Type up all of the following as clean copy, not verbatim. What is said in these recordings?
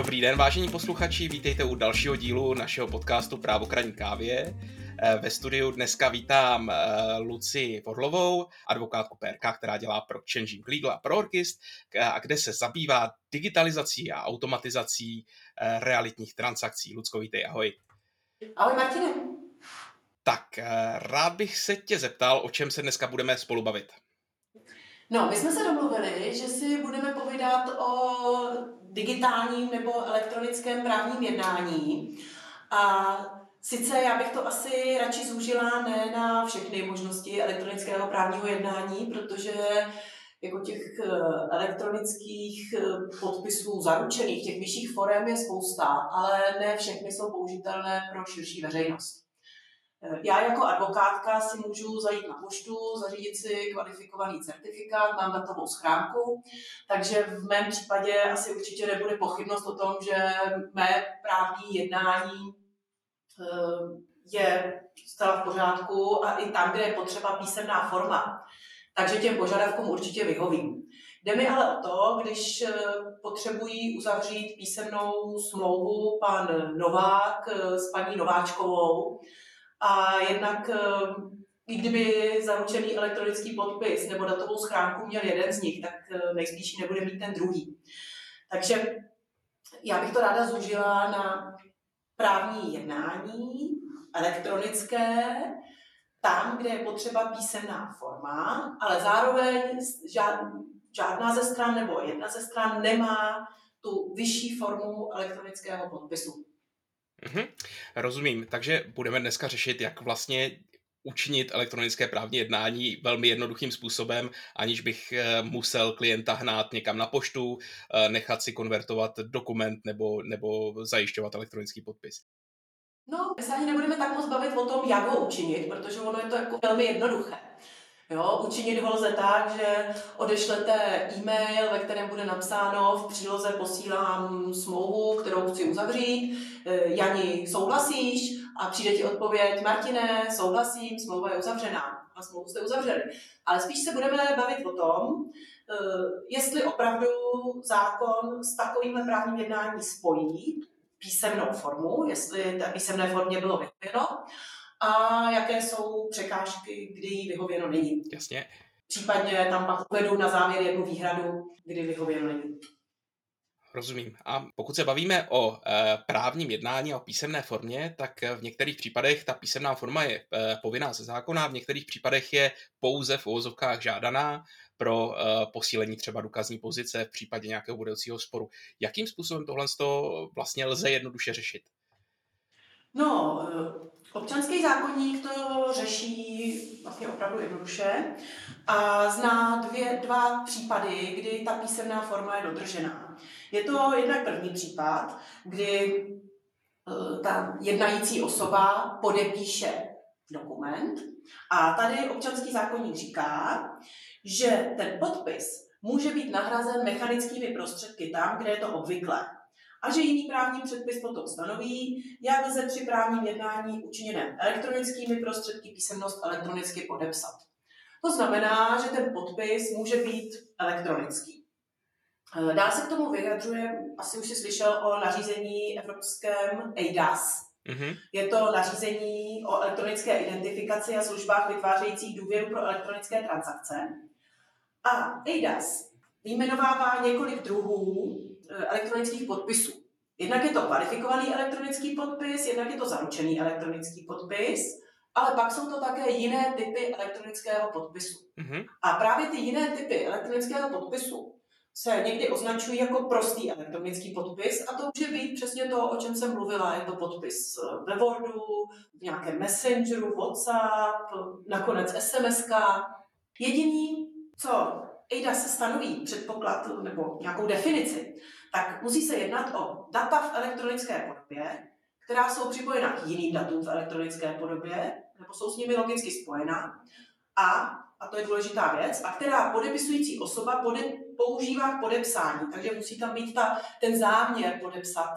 Dobrý den, vážení posluchači, vítejte u dalšího dílu našeho podcastu Právo k ranní kávě. Ve studiu dneska vítám Lucii Vodlovou, advokátku PRK, která dělá pro Changing Legal a pro Orkist, a kde se zabývá digitalizací a automatizací realitních transakcí. Lucko, vítej, ahoj. Ahoj Martine. Tak, rád bych se tě zeptal, o čem se dneska budeme spolu bavit. No, my jsme se domluvili, že si budeme povídat o digitálním nebo elektronickém právním jednání. A sice já bych to asi radši zúžila ne na všechny možnosti elektronického právního jednání, protože jako těch elektronických podpisů zaručených, těch vyšších forem je spousta, ale ne všechny jsou použitelné pro širší veřejnost. Já jako advokátka si můžu zajít na poštu, zařídit si kvalifikovaný certifikát, mám datovou schránku, takže v mém případě asi určitě nebude pochybnost o tom, že mé právní jednání je zcela v pořádku a i tam, kde je potřeba písemná forma. Takže těm požadavkům určitě vyhovím. Jde mi ale o to, když potřebují uzavřít písemnou smlouvu pan Novák s paní Nováčkovou, a jednak, i kdyby zaručený elektronický podpis nebo datovou schránku měl jeden z nich, tak nejspíš nebude mít ten druhý. Takže já bych to ráda zúžila na právní jednání elektronické, tam, kde je potřeba písemná forma, ale zároveň žádná ze stran nebo jedna ze stran nemá tu vyšší formu elektronického podpisu. Rozumím, takže budeme dneska řešit, jak vlastně učinit elektronické právní jednání velmi jednoduchým způsobem, aniž bych musel klienta hnát někam na poštu, nechat si konvertovat dokument nebo zajišťovat elektronický podpis. No, my se ani nebudeme tak moc bavit o tom, jak ho učinit, protože ono je to jako velmi jednoduché. Jo, učinit ho lze tak, že odešlete e-mail, ve kterém bude napsáno: v příloze posílám smlouvu, kterou chci uzavřít. Jani, souhlasíš? A přijde ti odpověď: Martine, souhlasím, smlouva je uzavřená. A smlouvu jste uzavřeli. Ale spíš se budeme bavit o tom, jestli opravdu zákon s takovýmhle právním jednáním spojí písemnou formu, jestli té písemné formě bylo vyhověno, a jaké jsou překážky, kdy jí vyhověno není. Jasně. Případně tam pak uvedu na závěr jednu výhradu, kdy vyhověno není. Rozumím. A pokud se bavíme o právním jednání a o písemné formě, tak v některých případech ta písemná forma je povinná ze zákona, v některých případech je pouze v uvozovkách žádaná pro posílení třeba důkazní pozice v případě nějakého budoucího sporu. Jakým způsobem tohle vlastně lze jednoduše řešit? No, občanský zákoník to řeší vlastně opravdu jednoduše a zná dva případy, kdy ta písemná forma je dodržená. Je to jednak první případ, kdy ta jednající osoba podepíše dokument a tady občanský zákoník říká, že ten podpis může být nahrazen mechanickými prostředky tam, kde je to obvyklé. A že jiný právní předpis potom stanoví, jak lze při právním jednání učiněném elektronickými prostředky písemnost elektronicky podepsat. To znamená, že ten podpis může být elektronický. Dál se k tomu vyjadřuje, asi už jsi slyšel o nařízení evropském eIDAS. Je to nařízení o elektronické identifikaci a službách vytvářejících důvěru pro elektronické transakce. A eIDAS vyjmenovává několik druhů elektronických podpisů. Jednak je to kvalifikovaný elektronický podpis, jednak je to zaručený elektronický podpis, ale pak jsou to také jiné typy elektronického podpisu. A právě ty jiné typy elektronického podpisu se někdy označují jako prostý elektronický podpis a to může být přesně to, o čem jsem mluvila. Je to podpis ve Wordu, v nějakém Messengeru, WhatsApp, nakonec SMS-ka. Jediný, co eIDAS stanoví předpoklad nebo nějakou definici, tak musí se jednat o data v elektronické podobě, která jsou připojena k jiným datům v elektronické podobě, nebo jsou s nimi logicky spojena, a to je důležitá věc, a která podepisující osoba používá k podepsání. Takže musí tam být ten záměr podepsat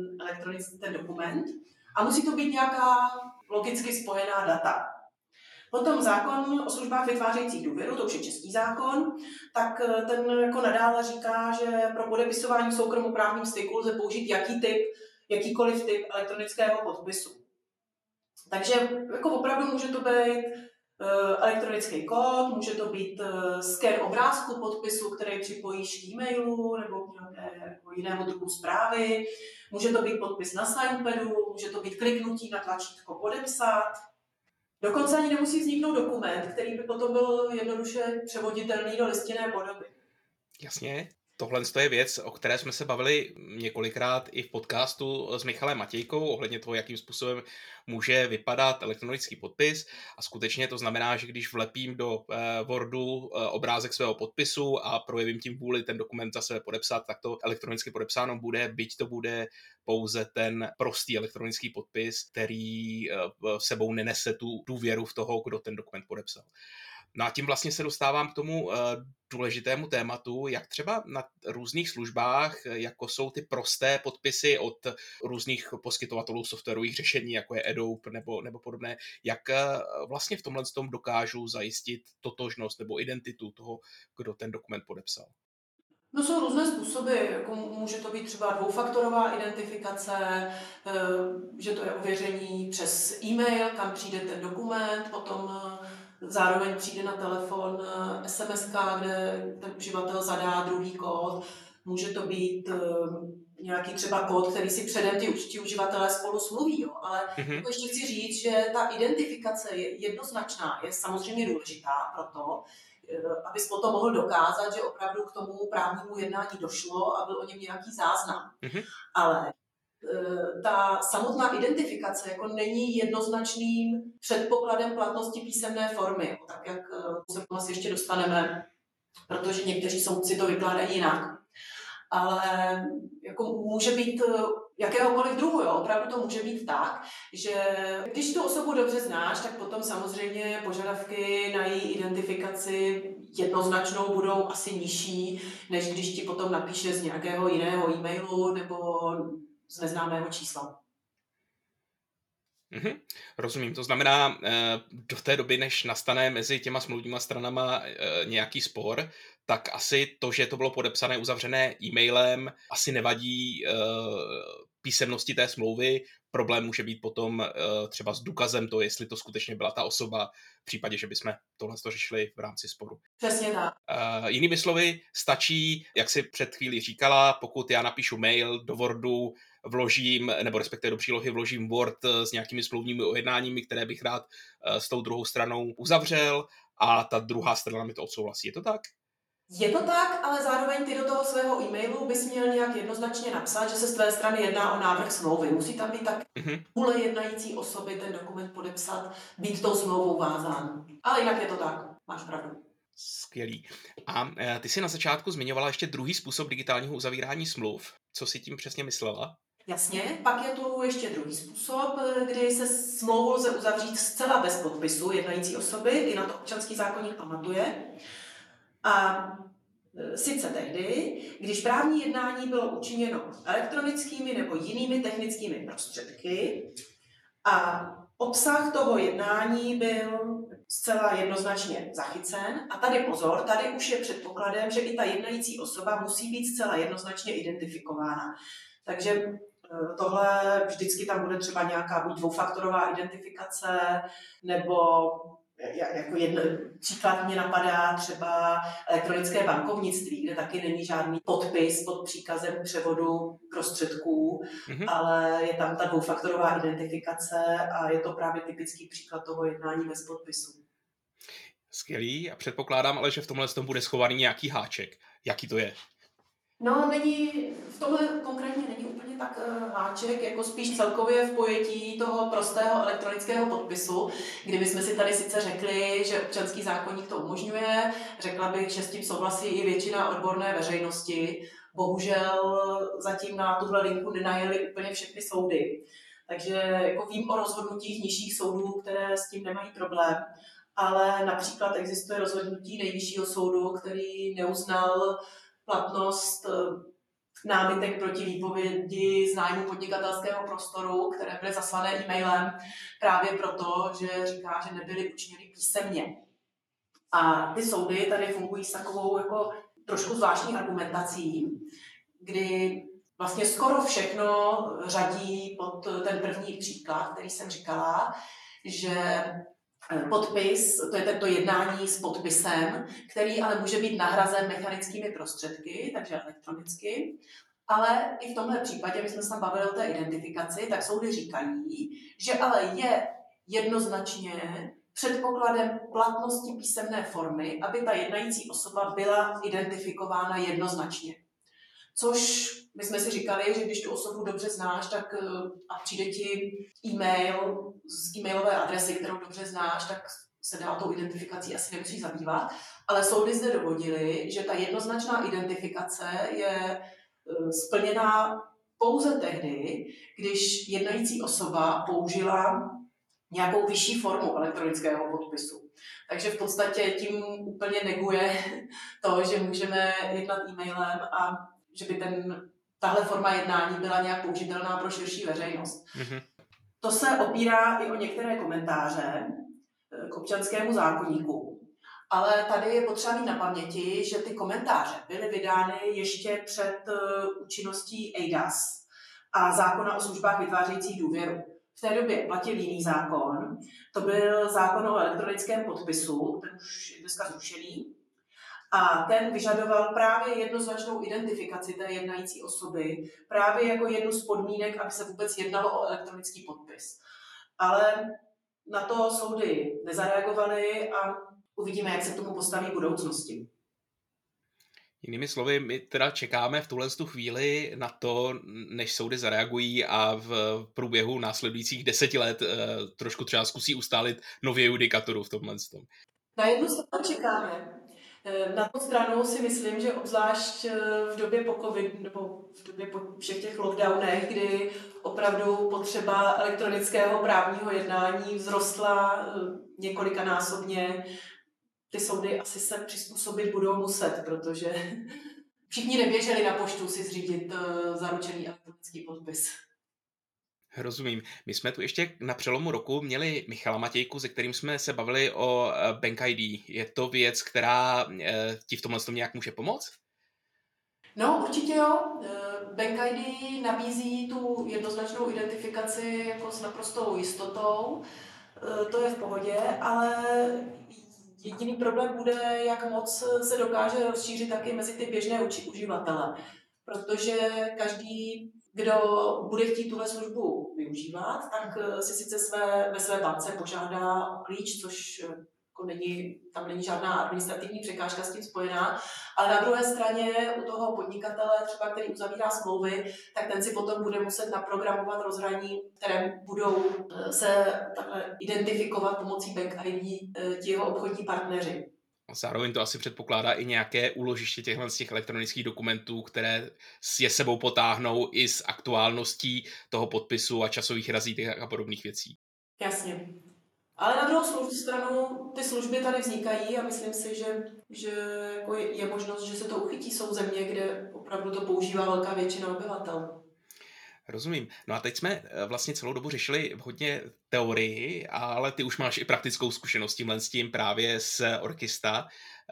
ten dokument a musí to být nějaká logicky spojená data. Potom zákon o službách vytvářejících důvěru, to už je český zákon, tak ten jako nadále říká, že pro podepisování v soukromoprávním styku lze použít jakýkoliv typ elektronického podpisu. Takže jako opravdu může to být elektronický kód, může to být sken obrázku podpisu, který připojíš k e-mailu nebo k nějakého jiného druhu zprávy, může to být podpis na signpadu, může to být kliknutí na tlačítko podepsat. Dokonce ani nemusí vzniknout dokument, který by potom byl jednoduše převoditelný do listinné podoby. Jasně. Tohle je věc, o které jsme se bavili několikrát i v podcastu s Michalem Matějkou ohledně toho, jakým způsobem může vypadat elektronický podpis. A skutečně to znamená, že když vlepím do Wordu obrázek svého podpisu a projevím tím vůli ten dokument za sebe podepsat, tak to elektronicky podepsáno bude, byť to bude pouze ten prostý elektronický podpis, který v sebou nenese tu důvěru v toho, kdo ten dokument podepsal. No a tím vlastně se dostávám k tomu důležitému tématu, jak třeba na různých službách, jako jsou ty prosté podpisy od různých poskytovatelů softwarových řešení, jako je Adobe nebo podobné, jak vlastně v tomhle tom dokážu zajistit totožnost nebo identitu toho, kdo ten dokument podepsal. No jsou různé způsoby, jako může to být třeba dvoufaktorová identifikace, že to je ověření přes e-mail, kam přijde ten dokument, potom zároveň přijde na telefon SMS-ka, kde ten uživatel zadá druhý kód. Může to být nějaký třeba kód, který si předem ti uživatelé spolu smluví. Jo. Ale jako ještě chci říct, že ta identifikace je jednoznačná, je samozřejmě důležitá proto, abys potom mohl dokázat, že opravdu k tomu právnímu jednání došlo a byl o něm nějaký záznam. Ale ta samotná identifikace jako není jednoznačným předpokladem platnosti písemné formy, tak jak se k ještě dostaneme, protože někteří soudci to vykládají jinak. Ale jako může být jakéhokoliv druhu, jo? Opravdu to může být tak, že když tu osobu dobře znáš, tak potom samozřejmě požadavky na její identifikaci jednoznačnou budou asi nižší, než když ti potom napíše z nějakého jiného e-mailu nebo z neznámého čísla. Rozumím, to znamená, do té doby, než nastane mezi těma smluvníma stranama nějaký spor, tak asi to, že to bylo podepsané, uzavřené e-mailem, asi nevadí písemnosti té smlouvy. Problém může být potom třeba s důkazem to, jestli to skutečně byla ta osoba, v případě, že bychom tohle řešili v rámci sporu. Přesně tak. Jinými slovy, stačí, jak si před chvílí říkala, pokud já napíšu mail do Wordu, vložím, nebo respektive do přílohy vložím Word s nějakými smluvními ujednáními, které bych rád s tou druhou stranou uzavřel a ta druhá strana mi to odsouhlasí. Je to tak? Je to tak, ale zároveň ty do toho svého e-mailu bys měl nějak jednoznačně napsat, že se z tvé strany jedná o návrh smlouvy. Musí tam být tak vůle jednající osoby ten dokument podepsat, být tou smlouvou vázán. Ale jinak je to tak, máš pravdu. Skvělý. A ty jsi na začátku zmiňovala ještě druhý způsob digitálního uzavírání smluv. Co jsi tím přesně myslela? Jasně, pak je tu ještě druhý způsob, kdy se smlouvu lze uzavřít zcela bez podpisu jednající osoby, i na to občanský zákoník pamatuje. A sice tehdy, když právní jednání bylo učiněno elektronickými nebo jinými technickými prostředky a obsah toho jednání byl zcela jednoznačně zachycen. A tady pozor, tady už je předpokladem, že i ta jednající osoba musí být zcela jednoznačně identifikována. Takže tohle vždycky tam bude třeba nějaká buď dvoufaktorová identifikace, nebo jako příklad mě napadá třeba elektronické bankovnictví, kde taky není žádný podpis pod příkazem převodu prostředků, ale je tam ta dvoufaktorová identifikace a je to právě typický příklad toho jednání bez podpisu. Skvělý. A předpokládám ale, že v tomhle bude schovaný nějaký háček. Jaký to je? No, v tomhle konkrétně není úplně tak háček, jako spíš celkově v pojetí toho prostého elektronického podpisu, kdyby jsme si tady sice řekli, že občanský zákoník to umožňuje, řekla bych, že s tím souhlasí i většina odborné veřejnosti. Bohužel zatím na tuhle linku nenajeli úplně všechny soudy. Takže jako vím o rozhodnutích nižších soudů, které s tím nemají problém, ale například existuje rozhodnutí Nejvyššího soudu, který neuznal platnost námitek proti výpovědi z nájmu podnikatelského prostoru, které byly zaslané e-mailem právě proto, že říká, že nebyly učiněny písemně. A ty soudy tady fungují s takovou jako trošku zvláštní argumentací, kdy vlastně skoro všechno řadí pod ten první příklad, který jsem říkala, že podpis, to je tento jednání s podpisem, který ale může být nahrazen mechanickými prostředky, takže elektronicky. Ale i v tomhle případě, my jsme se tam bavili o té identifikaci, tak soudy říkají, že ale je jednoznačně předpokladem platnosti písemné formy, aby ta jednající osoba byla identifikována jednoznačně. Což my jsme si říkali, že když tu osobu dobře znáš, tak a přijde ti e-mail z e-mailové adresy, kterou dobře znáš, tak se dá tou identifikací asi nemusí zabývat. Ale soudy zde dovodily, že ta jednoznačná identifikace je splněná pouze tehdy, když jednající osoba použila nějakou vyšší formu elektronického podpisu. Takže v podstatě tím úplně neguje to, že můžeme jednat e-mailem a že by tahle forma jednání byla nějak použitelná pro širší veřejnost. Mm-hmm. To se opírá i o některé komentáře k občanskému zákoníku. Ale tady je potřeba mít na paměti, že ty komentáře byly vydány ještě před účinností eIDAS a zákona o službách vytvářejících důvěru. V té době platil jiný zákon, to byl zákon o elektronickém podpisu, ten už je dneska zrušený. A ten vyžadoval právě jednoznačnou identifikaci té jednající osoby, právě jako jednu z podmínek, aby se vůbec jednalo o elektronický podpis. Ale na to soudy nezareagovaly a uvidíme, jak se k tomu postaví v budoucnosti. Jinými slovy, my teda čekáme v tuhle chvíli na to, než soudy zareagují a v průběhu následujících 10 let trošku třeba zkusí ustálit nově judikaturu v tomhle tom. Na jednu stranu čekáme. Na tu stranu si myslím, že obzvlášť v době po covidu nebo v době po všech těch lockdownech, kdy opravdu potřeba elektronického právního jednání vzrostla několikanásobně, ty soudy asi se přizpůsobit budou muset, protože všichni neběželi na poštu si zřídit zaručený elektronický podpis. Rozumím. My jsme tu ještě na přelomu roku měli Michala Matějku, se kterým jsme se bavili o Bank ID. Je to věc, která ti v tomhle nějak může pomoct? No, určitě jo. Bank ID nabízí tu jednoznačnou identifikaci jako s naprostou jistotou. To je v pohodě, ale jediný problém bude, jak moc se dokáže rozšířit taky mezi ty běžné uživatele. Protože každý, kdo bude chtít tuhle službu využívat, tak si sice ve své bance požádá o klíč, což jako tam není žádná administrativní překážka s tím spojená, ale na druhé straně u toho podnikatele, třeba který uzavírá smlouvy, tak ten si potom bude muset naprogramovat rozhraní, které budou se takhle identifikovat pomocí Bank ID ti jeho obchodní partneři. Zároveň to asi předpokládá i nějaké úložiště těch elektronických dokumentů, které je sebou potáhnou i s aktuálností toho podpisu a časových razítek a podobných věcí. Jasně. Ale na druhou stranu ty služby tady vznikají a myslím si, že jako je možnost, že se to uchytí. Jsou země, kde opravdu to používá velká většina obyvatel. Rozumím. No a teď jsme vlastně celou dobu řešili hodně teorii, ale ty už máš i praktickou zkušenost s tím právě z Orkista.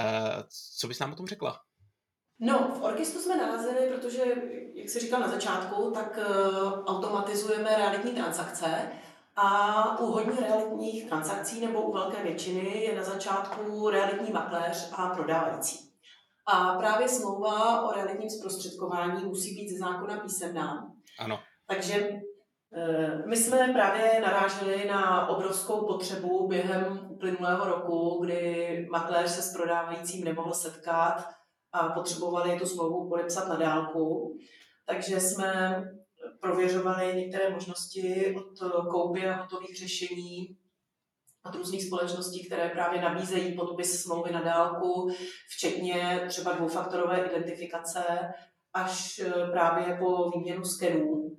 Co bys nám o tom řekla? No, v Orkistu jsme narazili, protože, jak jsi říkal na začátku, tak automatizujeme realitní transakce a u hodně realitních transakcí nebo u velké většiny je na začátku realitní makléř a prodávající. A právě smlouva o realitním zprostředkování musí být ze zákona písemná. Ano. Takže my jsme právě naráželi na obrovskou potřebu během uplynulého roku, kdy makléř se s prodávajícím nemohl setkat a potřebovali tu smlouvu podepsat na dálku. Takže jsme prověřovali některé možnosti od koupě a hotových řešení od různých společností, které právě nabízejí podpis smlouvy na dálku, včetně třeba dvoufaktorové identifikace, až právě po výměnu skenů.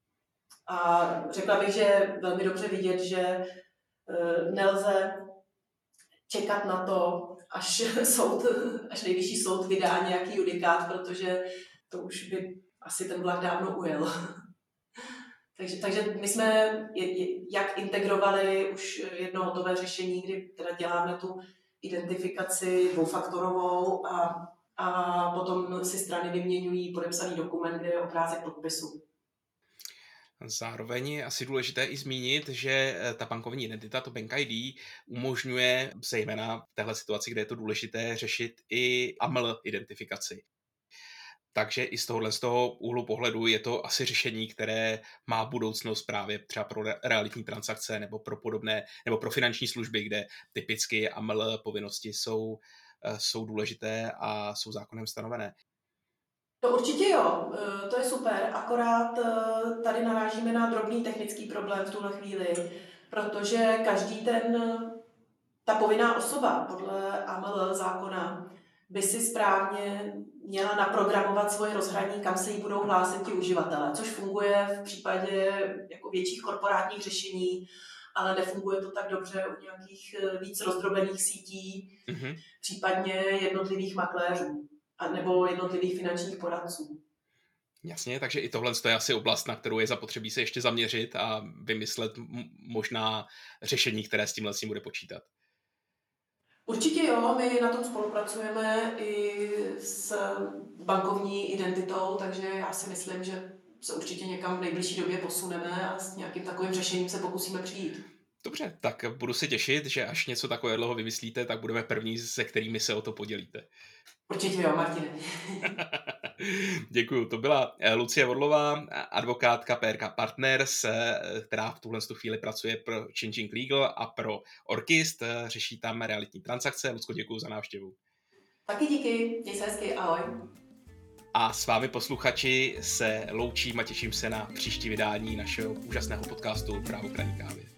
A řekla bych, že je velmi dobře vidět, že nelze čekat na to, až nejvyšší soud vydá nějaký judikát, protože to už by asi ten vlak dávno ujel. Takže my jsme jak integrovali už jedno hotové řešení, kdy teda děláme tu identifikaci dvoufaktorovou a potom si strany vyměňují podepsaný dokument, kde je obrázek podpisu. Zároveň je asi důležité i zmínit, že ta bankovní identita, to Bank ID, umožňuje zejména v téhle situaci, kde je to důležité, řešit i AML identifikaci. Takže i z toho úhlu pohledu je to asi řešení, které má budoucnost právě třeba pro realitní transakce nebo pro podobné, nebo pro finanční služby, kde typicky AML povinnosti jsou důležité a jsou zákonem stanovené. To určitě jo, to je super, akorát tady narážíme na drobný technický problém v tuhle chvíli, protože ta povinná osoba podle AML zákona by si správně měla naprogramovat svoje rozhraní, kam se jí budou hlásit ti uživatelé, což funguje v případě jako větších korporátních řešení, ale nefunguje to tak dobře u nějakých víc rozdrobených sítí, případně jednotlivých makléřů nebo jednotlivých finančních poradců. Jasně, takže i tohle je asi oblast, na kterou je zapotřebí se ještě zaměřit a vymyslet možná řešení, které s tímhle bude počítat. Určitě jo, my na tom spolupracujeme i s bankovní identitou, takže já si myslím, že se určitě někam v nejbližší době posuneme a s nějakým takovým řešením se pokusíme přijít. Dobře, tak budu se těšit, že až něco takového vymyslíte, tak budeme první, se kterými se o to podělíte. Určitě jo, Martine. Děkuju. To byla Lucie Vodlová, advokátka PRK Partners, která v tuhle chvíli pracuje pro Changing Legal a pro Orkist. Řeší tam realitní transakce. Lucko, děkuju za návštěvu. Taky díky. Měj se hezky. Ahoj. A s vámi posluchači se loučím a těším se na příští vydání našeho úžasného podcastu Právo k ranní kávě.